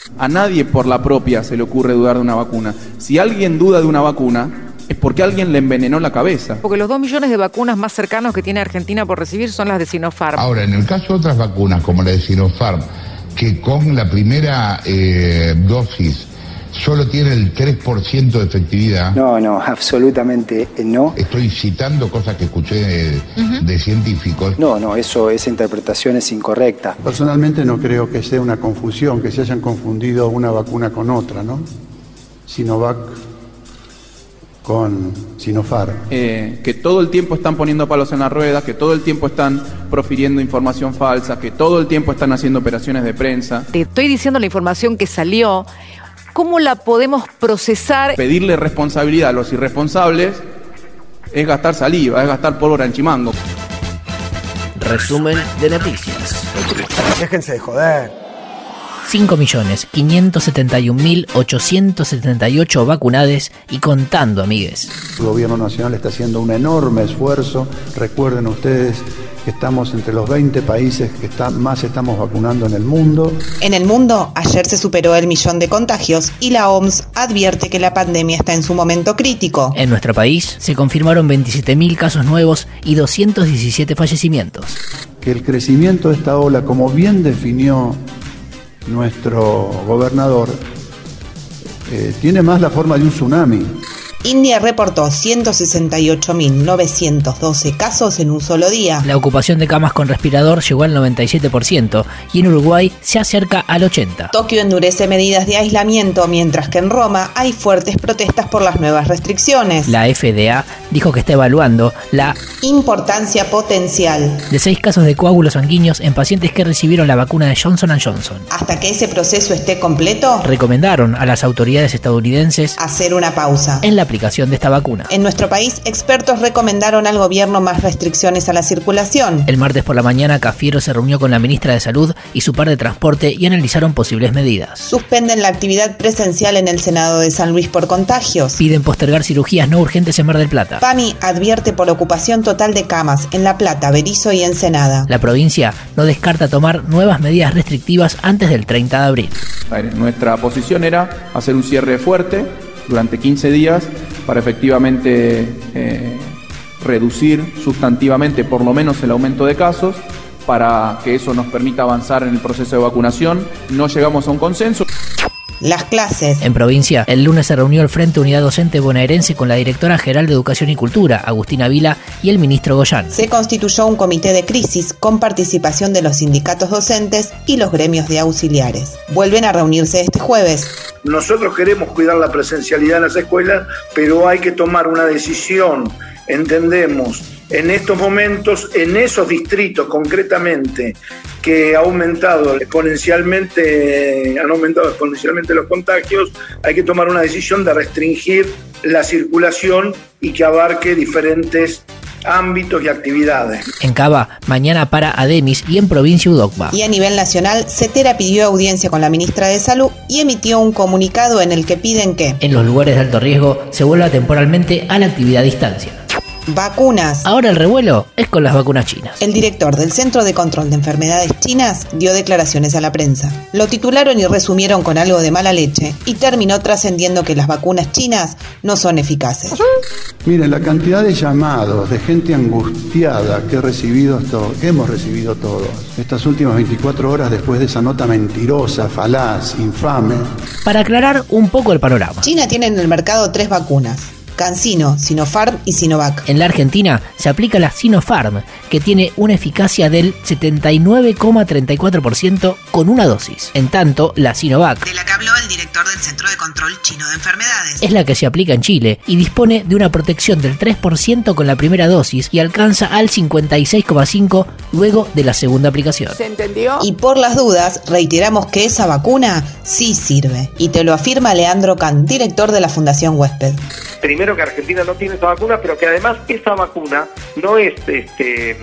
A nadie por la propia se le ocurre dudar de una vacuna. Si alguien duda de una vacuna, es porque alguien le envenenó la cabeza. Porque los 2 millones de vacunas más cercanos que tiene Argentina por recibir son las de Sinopharm. Ahora, en el caso de otras vacunas, como la de Sinopharm, que con la primera dosis solo tiene el 3% de efectividad. No, absolutamente no. Estoy citando cosas que escuché de científicos. No, esa interpretación es incorrecta. Personalmente no creo que sea una confusión, que se hayan confundido una vacuna con otra, ¿no? Sinovac con Sinopharm. Que todo el tiempo están poniendo palos en las ruedas, que todo el tiempo están profiriendo información falsa, que todo el tiempo están haciendo operaciones de prensa. Te estoy diciendo la información que salió. ¿Cómo la podemos procesar? Pedirle responsabilidad a los irresponsables es gastar saliva, es gastar pólvora en chimango. Resumen de noticias. Déjense de joder. 5.571.878 vacunades y contando, amigues. El gobierno nacional está haciendo un enorme esfuerzo. Recuerden ustedes que estamos entre los 20 países que más estamos vacunando en el mundo. En el mundo, ayer se superó el 1.000.000 de contagios y la OMS advierte que la pandemia está en su momento crítico. En nuestro país se confirmaron 27.000 casos nuevos y 217 fallecimientos. Que el crecimiento de esta ola, como bien definió nuestro gobernador, tiene más la forma de un tsunami. India reportó 168.912 casos en un solo día. La ocupación de camas con respirador llegó al 97% y en Uruguay se acerca al 80%. Tokio endurece medidas de aislamiento, mientras que en Roma hay fuertes protestas por las nuevas restricciones. La FDA dijo que está evaluando la importancia potencial de 6 casos de coágulos sanguíneos en pacientes que recibieron la vacuna de Johnson & Johnson. Hasta que ese proceso esté completo, recomendaron a las autoridades estadounidenses hacer una pausa en la aplicación de esta vacuna. En nuestro país, expertos recomendaron al gobierno más restricciones a la circulación. El martes por la mañana, Cafiero se reunió con la ministra de Salud y su par de Transporte y analizaron posibles medidas. Suspenden la actividad presencial en el Senado de San Luis por contagios. Piden postergar cirugías no urgentes en Mar del Plata. PAMI advierte por ocupación total de camas en La Plata, Berisso y Ensenada. La provincia no descarta tomar nuevas medidas restrictivas antes del 30 de abril. Nuestra posición era hacer un cierre fuerte durante 15 días para efectivamente reducir sustantivamente por lo menos el aumento de casos, para que eso nos permita avanzar en el proceso de vacunación. No llegamos a un consenso. Las clases. En provincia, el lunes se reunió el Frente Unidad Docente Bonaerense con la directora general de Educación y Cultura, Agustina Vila, y el ministro Goyán. Se constituyó un comité de crisis con participación de los sindicatos docentes y los gremios de auxiliares. Vuelven a reunirse este jueves. Nosotros queremos cuidar la presencialidad en las escuelas, pero hay que tomar una decisión. Entendemos en estos momentos, en esos distritos concretamente, que han aumentado exponencialmente los contagios, hay que tomar una decisión de restringir la circulación y que abarque diferentes ámbitos y actividades. En Cava, mañana para Ademis y en provincia Udogba. Y a nivel nacional, CETERA pidió audiencia con la ministra de Salud y emitió un comunicado en el que piden que en los lugares de alto riesgo se vuelva temporalmente a la actividad a distancia. Vacunas. Ahora el revuelo es con las vacunas chinas. El director del Centro de Control de Enfermedades Chinas dio declaraciones a la prensa. Lo titularon y resumieron con algo de mala leche y terminó trascendiendo que las vacunas chinas no son eficaces. Miren, la cantidad de llamados de gente angustiada que hemos recibido todos estas últimas 24 horas después de esa nota mentirosa, falaz, infame. Para aclarar un poco el panorama. China tiene en el mercado 3 vacunas: CanSino, Sinopharm y Sinovac. En la Argentina se aplica la Sinopharm, que tiene una eficacia del 79,34% con una dosis. En tanto, la Sinovac, de la que habló el director del Centro de Control Chino de Enfermedades, es la que se aplica en Chile y dispone de una protección del 3% con la primera dosis y alcanza al 56,5% luego de la segunda aplicación. ¿Se entendió? Y por las dudas, reiteramos que esa vacuna sí sirve. Y te lo afirma Leandro Can, director de la Fundación Huésped. Primero, que Argentina no tiene esa vacuna, pero que además esa vacuna no es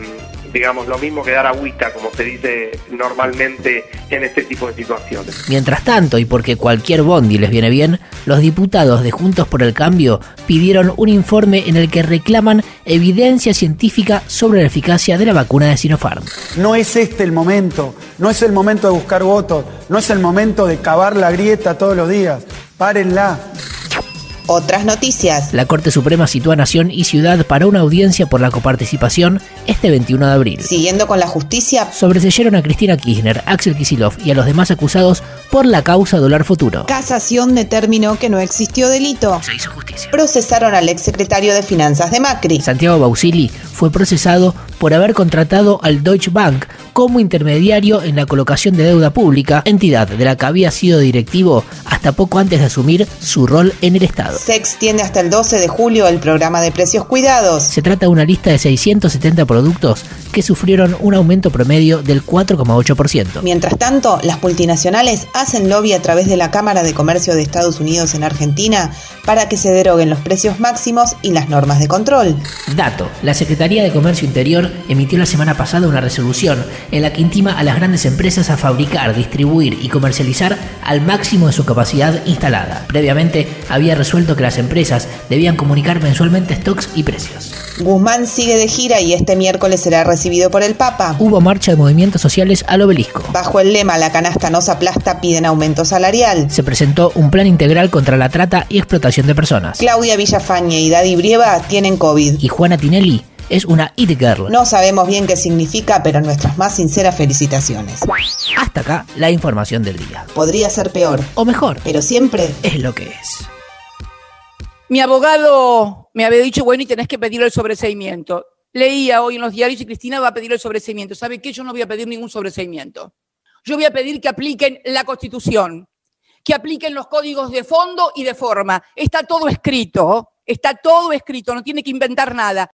digamos, lo mismo que dar agüita, como se dice normalmente en este tipo de situaciones. Mientras tanto, y porque cualquier bondi les viene bien, los diputados de Juntos por el Cambio pidieron un informe en el que reclaman evidencia científica sobre la eficacia de la vacuna de Sinopharm. No es este el momento, no es el momento de buscar votos, no es el momento de cavar la grieta todos los días. Párenla. Otras noticias. La Corte Suprema citó a Nación y Ciudad para una audiencia por la coparticipación este 21 de abril. Siguiendo con la justicia, Sobreseyeron a Cristina Kirchner, Axel Kicillof y a los demás acusados por la causa Dólar Futuro. Casación determinó que no existió delito. Se hizo justicia. Procesaron al exsecretario de Finanzas de Macri. Santiago Bausili fue procesado por haber contratado al Deutsche Bank como intermediario en la colocación de deuda pública, entidad de la que había sido directivo hasta poco antes de asumir su rol en el Estado. Se extiende hasta el 12 de julio el programa de precios cuidados. Se trata de una lista de 670 productos que sufrieron un aumento promedio del 4,8%. Mientras tanto, las multinacionales hacen lobby a través de la Cámara de Comercio de Estados Unidos en Argentina para que se deroguen los precios máximos y las normas de control. Dato: la Secretaría de Comercio Interior emitió la semana pasada una resolución en la que intima a las grandes empresas a fabricar, distribuir y comercializar al máximo de su capacidad instalada. Previamente había resuelto que las empresas debían comunicar mensualmente stocks y precios. Guzmán sigue de gira y este miércoles será recibido por el Papa. Hubo marcha de movimientos sociales al Obelisco. Bajo el lema "La canasta no se aplasta", piden aumento salarial. Se presentó un plan integral contra la trata y explotación de personas. Claudia Villafañe y Daddy Brieva tienen COVID. Y Juana Tinelli es una it girl. No sabemos bien qué significa, pero nuestras más sinceras felicitaciones. Hasta acá la información del día. Podría ser peor. O mejor. Pero siempre es lo que es. Mi abogado me había dicho, bueno, y tenés que pedir el sobreseimiento. Leía hoy en los diarios y Cristina va a pedir el sobreseimiento. ¿Sabe qué? Yo no voy a pedir ningún sobreseimiento. Yo voy a pedir que apliquen la Constitución, que apliquen los códigos de fondo y de forma. Está todo escrito, no tiene que inventar nada.